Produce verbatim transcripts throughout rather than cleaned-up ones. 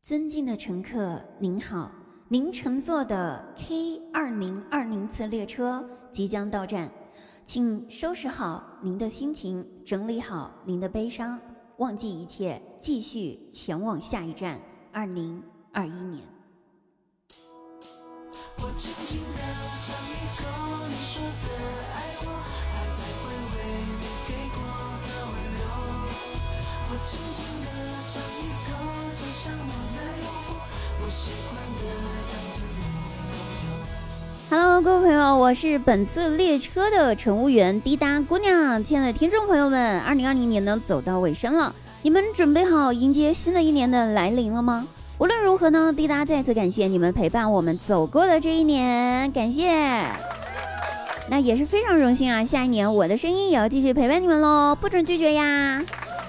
尊敬的乘客您好，您乘坐的 K 二零二零次列车即将到站，请收拾好您的心情，整理好您的悲伤，忘记一切，继续前往下一站二零二一年。我轻轻地尝一口你说的爱我，还在回味你给过的温柔。我轻轻地尝一口这香浓的诱惑，我喜欢的样子你都有。Hello， 各位朋友，我是本次列车的乘务员滴答姑娘。亲爱的听众朋友们，二零二零年呢走到尾声了，你们准备好迎接新的一年的来临了吗？无论如何呢，滴答再次感谢你们陪伴我们走过的这一年，感谢。那也是非常荣幸啊，下一年我的声音也要继续陪伴你们咯，不准拒绝呀。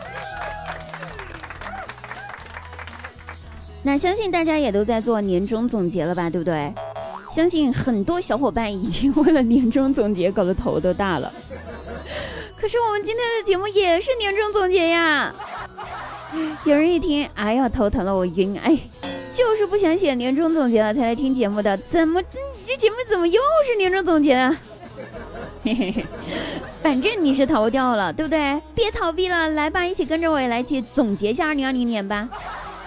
那相信大家也都在做年终总结了吧，对不对？相信很多小伙伴已经为了年终总结搞得头都大了。可是我们今天的节目也是年终总结呀。有人一听，哎呀头疼了，我晕，哎，就是不想写年终总结了才来听节目的，怎么这节目怎么又是年终总结啊？嘿嘿嘿，反正你是逃掉了，对不对？别逃避了，来吧，一起跟着我也来一起总结一下二零二零年吧。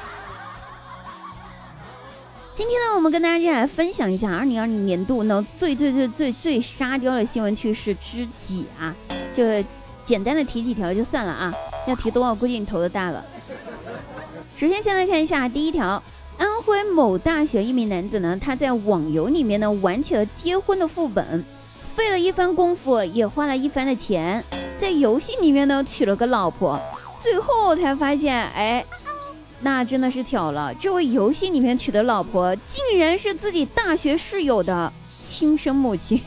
今天呢，我们跟大家来分享一下二零二零年度呢最最最最最沙雕的新闻趣事之几啊？就简单的提几条就算了啊，要提多我估计你头都大了。首先先来看一下第一条，安徽某大学一名男子呢，他在网游里面呢玩起了结婚的副本，费了一番功夫，也花了一番的钱，在游戏里面呢娶了个老婆，最后才发现，哎，那真的是巧了，这位游戏里面娶的老婆竟然是自己大学室友的亲生母亲。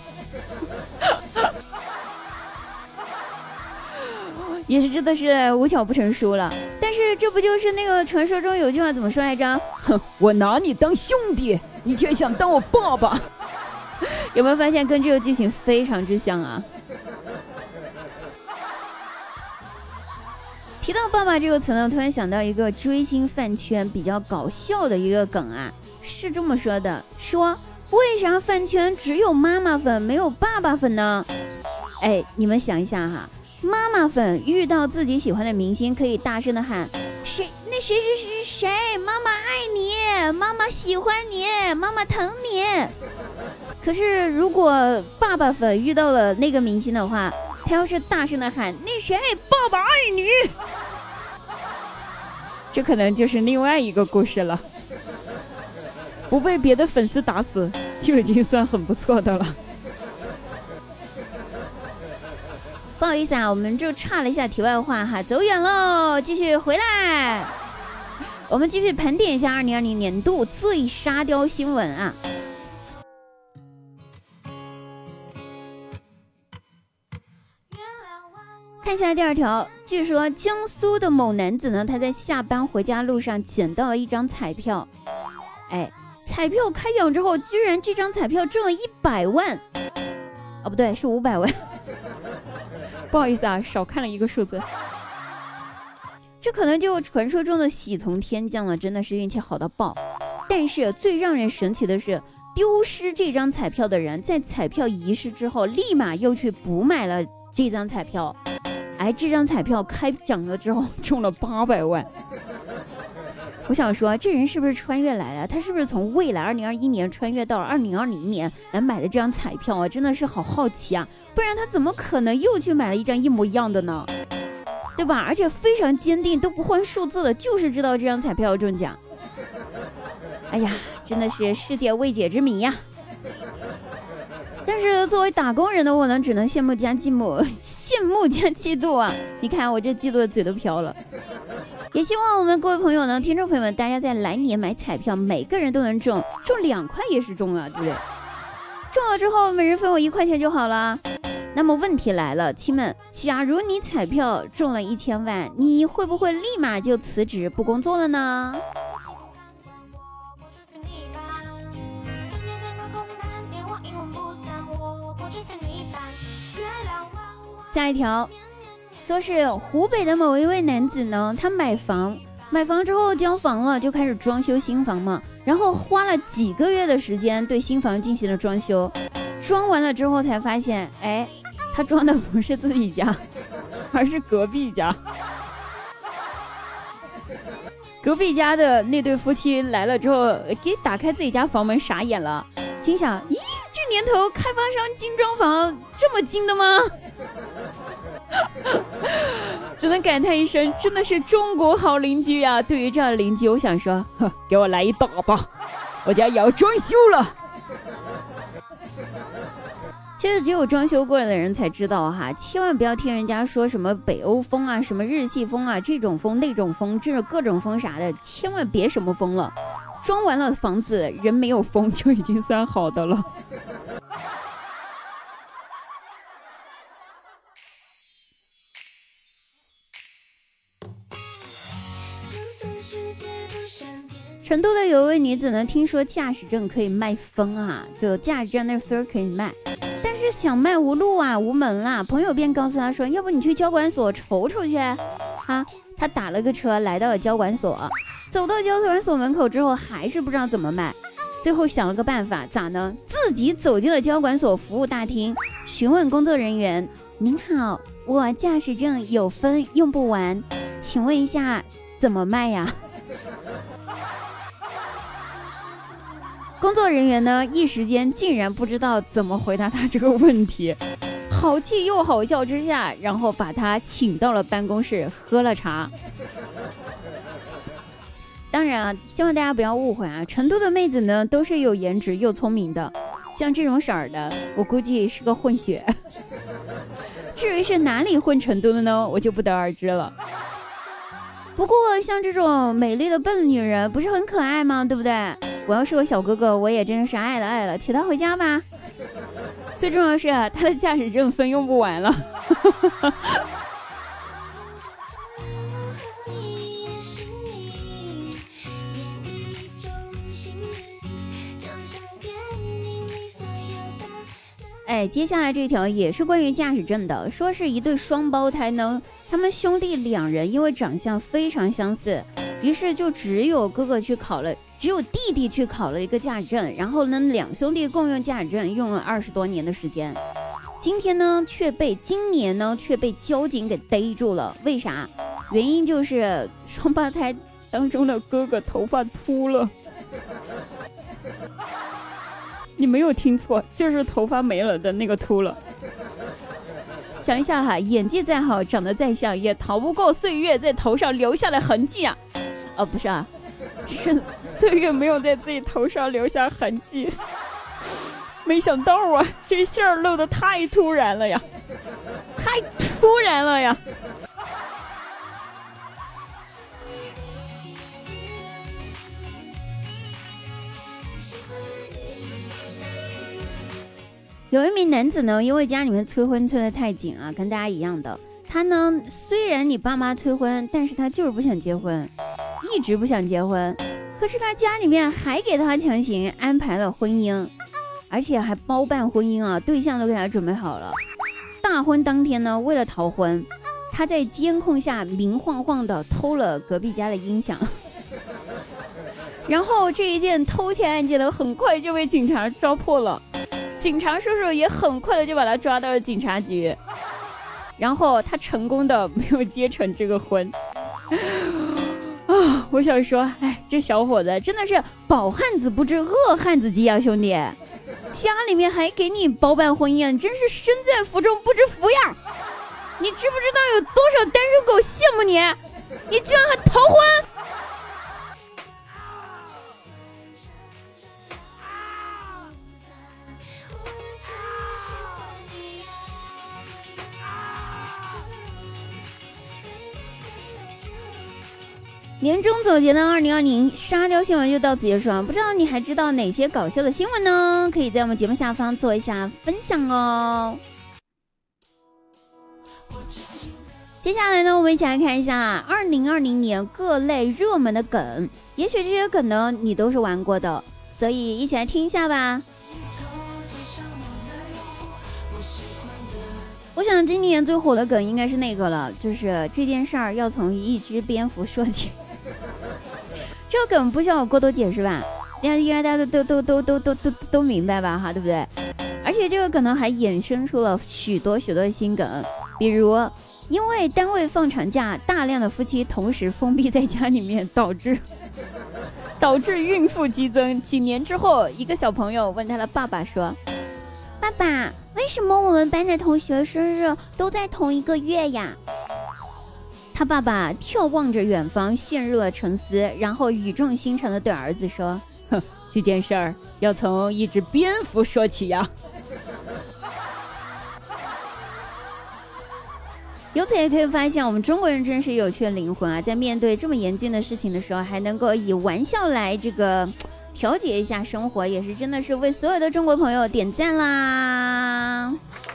也是真的是无巧不成书了，但是这不就是那个传说中有句话怎么说来着？ 哼，我拿你当兄弟，你却想当我爸爸。 有没有发现跟这个剧情非常之像啊？提到爸爸这个词呢，突然想到一个追星饭圈比较搞笑的一个梗啊，是这么说的，说为啥饭圈只有妈妈粉没有爸爸粉呢？哎，你们想一下哈，妈妈粉遇到自己喜欢的明星可以大声的喊谁那谁谁谁谁，妈妈爱你，妈妈喜欢你，妈妈疼你。可是如果爸爸粉遇到了那个明星的话，他要是大声的喊那谁爸爸爱你，这可能就是另外一个故事了。 不被别的粉丝打死就已经算很不错的了。 不好意思啊，我们就岔了一下题外话哈，走远喽，继续回来。我们继续盘点一下二零二零年度最沙雕新闻啊。看一下第二条，据说江苏的某男子呢，他在下班回家路上捡到了一张彩票，哎，彩票开奖之后，居然这张彩票中了一百万，哦不对，是五百万。 不好意思啊，少看了一个数字。 这可能就传说中的喜从天降了，真的是运气好到爆。但是最让人神奇的是，丢失这张彩票的人在彩票遗失之后，立马又去补买了这张彩票。哎，这张彩票开奖了之后中了八百万。我想说，这人是不是穿越来了？他是不是从未来二零二一年穿越到了二零二零年来买的这张彩票啊？真的是好好奇啊！不然他怎么可能又去买了一张一模一样的呢？对吧？而且非常坚定，都不换数字了，就是知道这张彩票要中奖。哎呀，真的是世界未解之谜呀！但是作为打工人的我呢，只能羡慕加嫉妒，羡慕加嫉妒啊！你看我这嫉妒的嘴都飘了。也希望我们各位朋友呢，听众朋友们，大家在来年买彩票，每个人都能中，中两块也是中啊，对不对？中了之后，每人分我一块钱就好了。那么问题来了，亲们，假如你彩票中了一千万，你会不会立马就辞职不工作了呢？下一条，说是湖北的某一位男子呢，他买房买房之后交房了，就开始装修新房嘛，然后花了几个月的时间对新房进行了装修，装完了之后才发现，哎，他装的不是自己家，而是隔壁家。隔壁家的那对夫妻来了之后，给打开自己家房门，傻眼了，心想：咦，这年头开发商精装房这么精的吗？只能感叹一声，真的是中国好邻居呀！对于这样的邻居，我想说，给我来一大把，我家也要装修了。其实只有装修过的人才知道哈，千万不要听人家说什么北欧风啊、什么日系风啊、这种风那种风，这各种风啥的，千万别什么风了。装完了房子，人没有风就已经算好的了。成都的有一位女子呢，听说驾驶证可以卖风啊，就驾驶证那分可以卖，但是想卖无路啊，无门啦。朋友便告诉她说，要不你去交管所瞅瞅去。哈，她打了个车来到了交管所，走到交管所门口之后，还是不知道怎么卖，最后想了个办法，咋呢？自己走进了交管所服务大厅，询问工作人员：您好，我驾驶证有分用不完，请问一下怎么卖呀？工作人员呢，一时间竟然不知道怎么回答他这个问题，好气又好笑之下，然后把他请到了办公室喝了茶。当然啊，希望大家不要误会啊，成都的妹子呢都是有颜值又聪明的，像这种色儿的，我估计是个混血。至于是哪里混成都的呢，我就不得而知了。不过像这种美丽的笨女人不是很可爱吗？对不对？我要是个小哥哥，我也真是爱了爱了，娶她回家吧。最重要的是他的驾驶证分用不完了。哎，接下来这条也是关于驾驶证的，说是一对双胞胎呢，他们兄弟两人因为长相非常相似，于是就只有哥哥去考了，只有弟弟去考了一个驾驶证，然后呢，两兄弟共用驾驶证用了二十多年的时间，今天呢却被今年呢却被交警给逮住了，为啥？原因就是双胞胎当中的哥哥头发秃了。你没有听错，就是头发没了的那个秃了。想一下哈，演技再好，长得再像，也逃不过岁月在头上留下的痕迹啊！哦，不是啊，是岁月没有在自己头上留下痕迹。没想到啊，这馅儿漏得太突然了呀，太突然了呀！有一名男子呢，因为家里面催婚催得太紧啊，跟大家一样的。他呢，虽然你爸妈催婚，但是他就是不想结婚，一直不想结婚。可是他家里面还给他强行安排了婚姻，而且还包办婚姻啊，对象都给他准备好了。大婚当天呢，为了逃婚，他在监控下明晃晃的偷了隔壁家的音响。然后这一件偷窃案件呢，很快就被警察抓破了。警察叔叔也很快的就把他抓到了警察局，然后他成功的没有结成这个婚。啊，我想说，哎，这小伙子真的是饱汉子不知饿汉子饥啊，兄弟，家里面还给你包办婚姻，真是身在福中不知福呀！你知不知道有多少单身狗羡慕你？你居然还逃婚！年终总结的二零二零沙雕新闻就到此结束，不知道你还知道哪些搞笑的新闻呢？可以在我们节目下方做一下分享哦。接下来呢，我们一起来看一下二零二零年各类热门的梗，也许这些梗呢你都是玩过的，所以一起来听一下吧。我想今年最火的梗应该是那个了，就是这件事儿要从一只蝙蝠说起。 这个梗不需要我过多解释吧？应该应该大家都都都都都都都明白吧？哈，对不对？而且这个可能还衍生出了许多许多的新梗，比如因为单位放长假，大量的夫妻同时封闭在家里面，导致导致孕妇激增。几年之后，一个小朋友问他的爸爸说：“爸爸，为什么我们班的同学生日都在同一个月呀？”他爸爸眺望着远方，陷入了沉思，然后语重心长地对儿子说：“哼，这件事儿要从一只蝙蝠说起呀。”由此也可以发现，我们中国人真是有趣的灵魂啊！在面对这么严峻的事情的时候，还能够以玩笑来这个调节一下生活，也是真的是为所有的中国朋友点赞啦！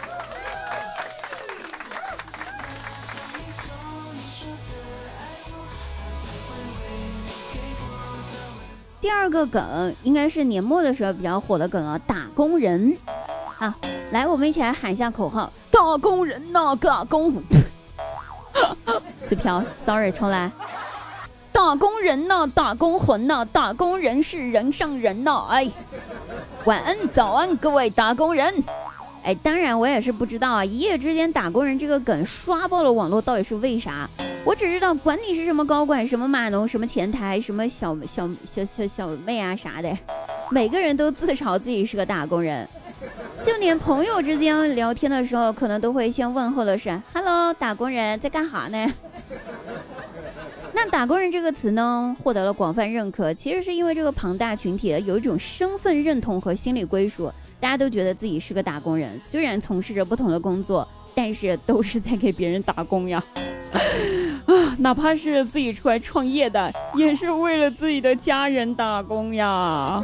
第二个梗应该是年末的时候比较火的梗了，打工人啊！来，我们一起来喊一下口号：打工人呐、啊，打工！自飘 ，sorry， 重来。打工人呐、啊，打工魂呐、啊，打工人是人上人呐、啊！哎，晚安，早安，各位打工人。哎，当然我也是不知道啊，一夜之间打工人这个梗刷爆了网络，到底是为啥？我只知道管你是什么高管，什么码农，什么前台，什么小小小小小妹啊啥的，每个人都自嘲自己是个打工人。就连朋友之间聊天的时候，可能都会先问候的是 “Hello， 打工人在干哈呢？”那打工人这个词呢，获得了广泛认可，其实是因为这个庞大群体有一种身份认同和心理归属，大家都觉得自己是个打工人，虽然从事着不同的工作，但是都是在给别人打工呀。啊，哪怕是自己出来创业的，也是为了自己的家人打工呀。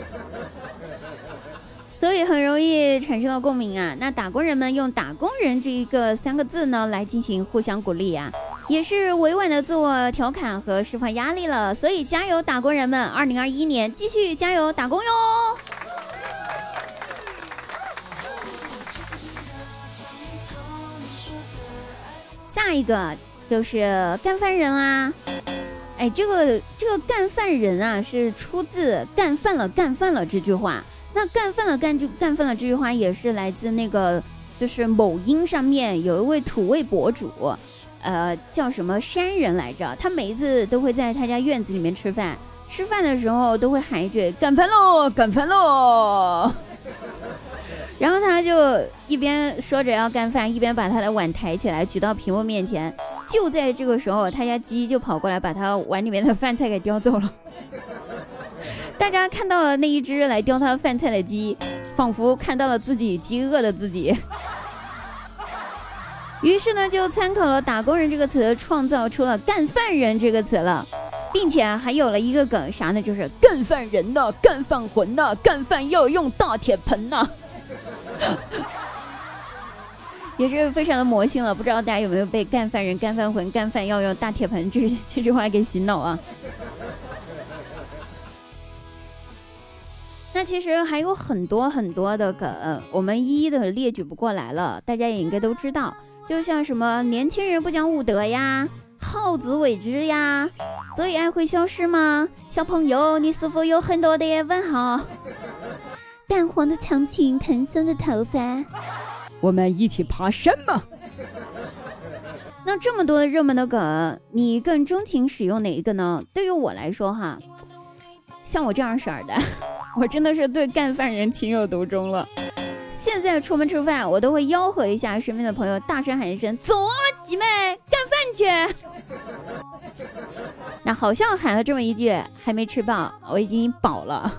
所以很容易产生了共鸣啊。那打工人们用打工人这一个三个字呢来进行互相鼓励啊，也是委婉的自我调侃和释放压力了。所以加油打工人们，二零二一年继续加油打工哟。下一个就是干饭人啦。哎，这个这个干饭人啊是出自干饭了干饭了这句话。那干饭了干就干饭了这句话也是来自那个就是某音上面有一位土味博主，呃叫什么山人来着，他每一次都会在他家院子里面吃饭，吃饭的时候都会喊一句干饭喽干饭喽，然后他就一边说着要干饭，一边把他的碗抬起来举到屏幕面前。就在这个时候，他家鸡就跑过来把他碗里面的饭菜给叼走了。大家看到了那一只来叼他饭菜的鸡，仿佛看到了自己饥饿的自己。于是呢，就参考了打工人这个词，创造出了干饭人这个词了，并且还有了一个梗，啥呢？就是干饭人呐，干饭魂呐，干饭要用大铁盆呐。也是非常的魔性了，不知道大家有没有被干饭人、干饭魂、干饭要用大铁盆这这句话给洗脑啊？那其实还有很多很多的梗，我们一一的列举不过来了，大家也应该都知道，就像什么年轻人不讲武德呀，好自为之呀，所以爱会消失吗？小朋友，你是否有很多的问号？淡黄的长裙，蓬松的头发， 我们一起爬山吗？ 那这么多的热门的梗，你更钟情使用哪一个呢？对于我来说哈，像我这样色儿的，我真的是对干饭人情有独钟了。现在出门吃饭，我都会吆喝一下身边的朋友，大声喊一声：“走啊，集妹，干饭去！”那好像喊了这么一句，还没吃饱，我已经饱了。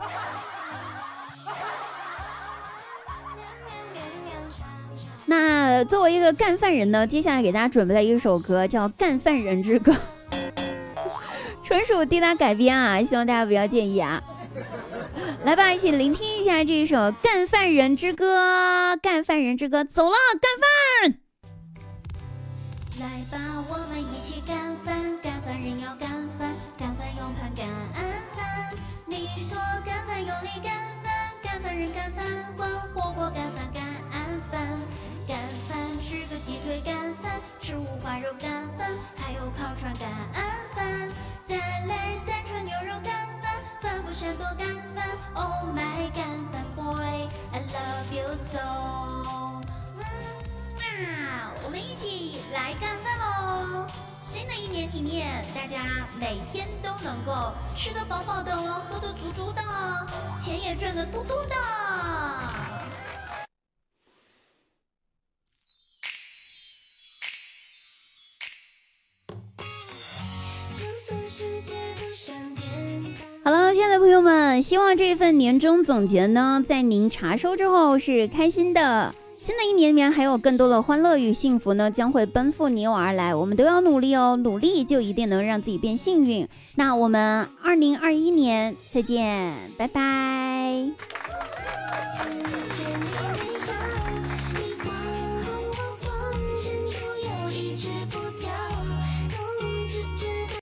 那作为一个干饭人呢，接下来给大家准备了一首歌，叫《干饭人之歌》，纯属滴答改编啊，希望大家不要介意啊。来吧，一起聆听一下这首《干饭人之歌》。干饭人之歌，走了，干饭！ 来吧，我们一起干饭，干饭人要干饭，干饭用盘干饭。你说干饭用力干饭，干饭人干饭换火锅干饭干饭，干饭吃个鸡腿干饭，吃五花肉干饭，还有烤串干饭，再来三串牛肉干饭。 新的一年里面，大家每天都能够吃得饱饱的，喝得足足的，钱也赚得多多的。 好了，亲爱的朋友们，希望这份年终总结呢，在您查收之后是开心的。新的一年里面还有更多的欢乐与幸福呢，将会奔赴你我而来，我们都要努力哦，努力就一定能让自己变幸运。那我们二零二一年再见，拜拜。